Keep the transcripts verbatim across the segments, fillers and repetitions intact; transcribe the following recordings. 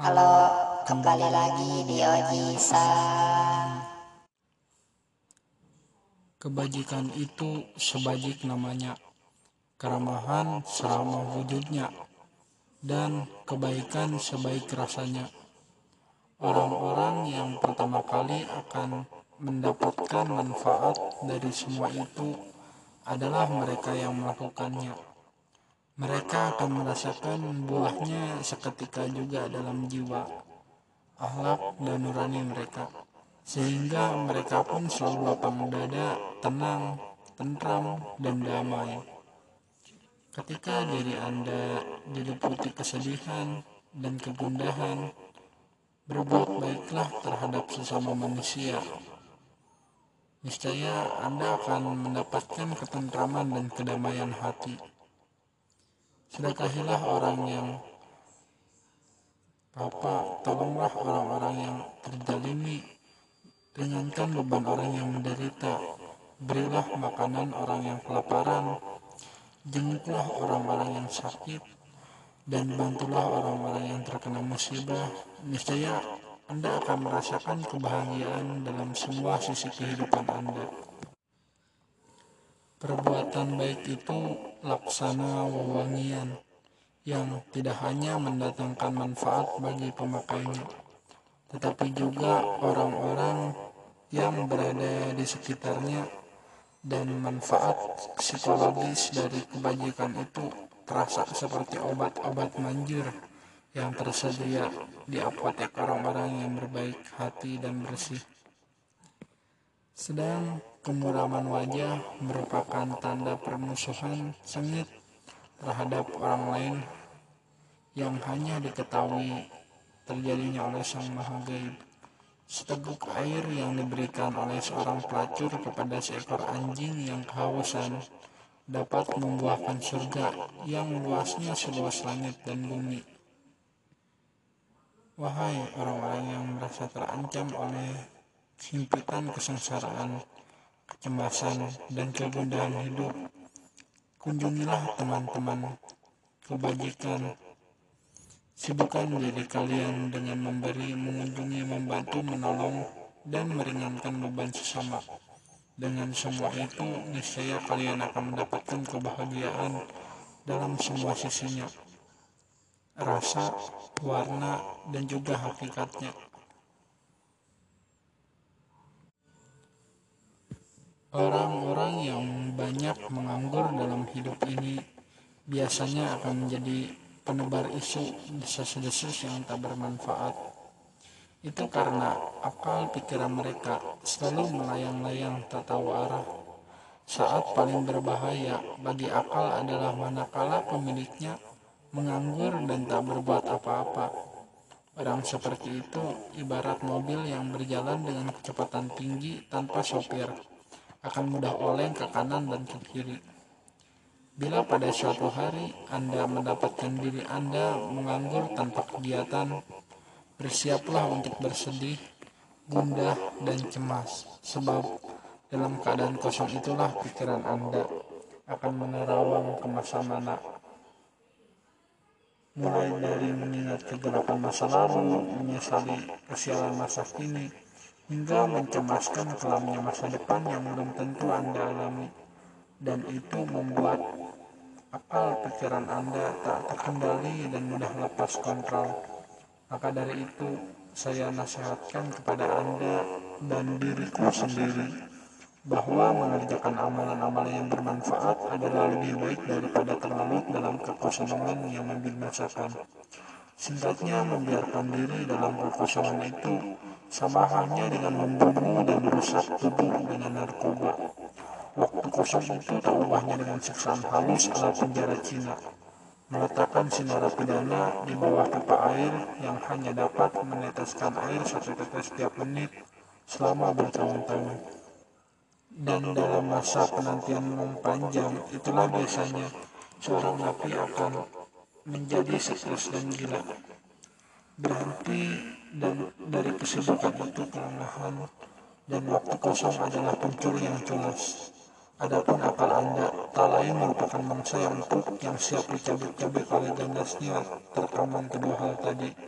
Halo, kembali lagi di Oji-san. Kebajikan itu sebajik namanya, keramahan seramah wujudnya, dan kebaikan sebaik rasanya. Orang-orang yang pertama kali akan mendapatkan manfaat dari semua itu adalah mereka yang melakukannya. Mereka akan merasakan buahnya seketika juga dalam jiwa, akhlak, dan nurani mereka, sehingga mereka pun selalu lapang dada, tenang, tentram, dan damai. Ketika diri Anda diliputi kesedihan dan kegundahan, berbuat baiklah terhadap sesama manusia. Niscaya Anda akan mendapatkan ketentraman dan kedamaian hati. Sedekahilah orang yang Bapak, tolonglah orang-orang yang terzalimi, ringankan beban orang yang menderita, berilah makanan orang yang kelaparan, jenguklah orang-orang yang sakit, dan bantulah orang-orang yang terkena musibah. Niscaya Anda akan merasakan kebahagiaan dalam semua sisi kehidupan Anda. Perbuatan baik itu laksana wewangian yang tidak hanya mendatangkan manfaat bagi pemakainya, tetapi juga orang-orang yang berada di sekitarnya, dan manfaat psikologis dari kebajikan itu terasa seperti obat-obat manjur yang tersedia di apotek orang-orang yang berbaik hati dan bersih. Sedang kemuraman wajah merupakan tanda permusuhan sengit terhadap orang lain yang hanya diketahui terjadinya oleh Sang Maha Gaib. Seteguk air yang diberikan oleh seorang pelacur kepada seekor anjing yang kehausan dapat membuahkan surga yang luasnya seluas langit dan bumi. Wahai orang-orang yang merasa terancam oleh himpitan kesengsaraan, kecemasan, dan kegundahan hidup, kunjungilah teman-teman kebajikan. Sibukkan diri kalian dengan memberi, mengunjungi, membantu, menolong, dan meringankan beban sesama. Dengan semua itu, niscaya kalian akan mendapatkan kebahagiaan dalam semua sisinya, rasa, warna, dan juga hakikatnya. Orang-orang yang banyak menganggur dalam hidup ini biasanya akan menjadi penebar isu desas-desus yang tak bermanfaat. Itu karena akal pikiran mereka selalu melayang-layang tak tahu arah. Saat paling berbahaya bagi akal adalah manakala pemiliknya menganggur dan tak berbuat apa-apa. Orang seperti itu ibarat mobil yang berjalan dengan kecepatan tinggi tanpa sopir, akan mudah oleng ke kanan dan ke kiri. Bila pada suatu hari Anda mendapatkan diri Anda menganggur tanpa kegiatan, bersiaplah untuk bersedih, gundah, dan cemas, sebab dalam keadaan kosong itulah pikiran Anda akan menerawang ke masa mana, mulai dari mengingat kegelapan masa lalu, menyesali kesialan masa kini, hingga mencemaskan kelamnya masa depan yang belum tentu Anda alami, dan itu membuat akal pikiran Anda tak terkendali dan mudah lepas kontrol. Maka dari itu, saya nasihatkan kepada Anda dan diriku sendiri bahwa mengerjakan amalan-amalan yang bermanfaat adalah lebih baik daripada terlalu dalam kekosongan yang membinasakan. Singkatnya, membiarkan diri dalam kekosongan itu sama halnya dengan membunuh dan merusak tubuh dengan narkoba. Waktu kosong itu tak ubahnya dengan siksaan halus ala penjara Cina, meletakkan si narapidana di bawah pipa air yang hanya dapat meneteskan air satu tetes setiap menit selama bertahun-tahun. Dan dalam masa penantian yang panjang itulah biasanya seorang napi akan menjadi stres dan gila. Berhenti dan dari kesibukan itu kelelahan, dan waktu kosong adalah pencuri yang culas. Adapun akal Anda tak lain merupakan mangsa yang empuk yang siap dicabik-cabik oleh gandasnya terkaman kedua hal tadi,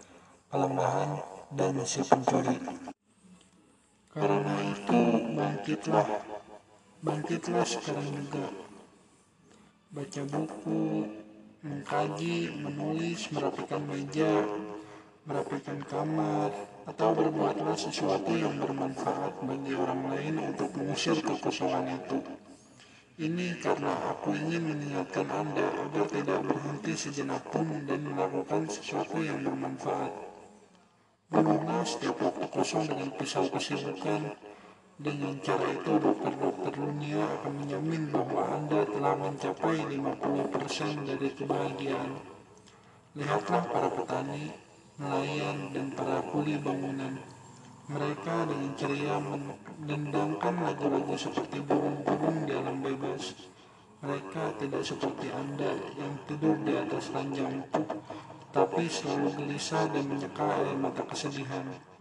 kelengahan, dan si pencuri. Karena itu bangkitlah, bangkitlah sekarang juga. Baca buku, mengkaji, menulis, merapikan meja, merapikan kamar, atau berbuatlah sesuatu yang bermanfaat bagi orang lain untuk mengusir kekosongan itu. Ini karena aku ingin mengingatkan Anda agar tidak berhenti sejenak pun dan melakukan sesuatu yang bermanfaat. Bunuhlah setiap waktu kosong dengan pisau kesibukan. Dengan cara itu dokter-dokter dunia akan menjamin bahwa Anda telah mencapai lima puluh persen dari kebahagiaan. Lihatlah para petani, nelayan, dan para kuli bangunan. Mereka dengan ceria mendendangkan lagu-lagu seperti burung-burung di alam bebas. Mereka tidak seperti Anda yang tidur di atas ranjang empuk, tapi selalu gelisah dan menyeka air mata kesedihan.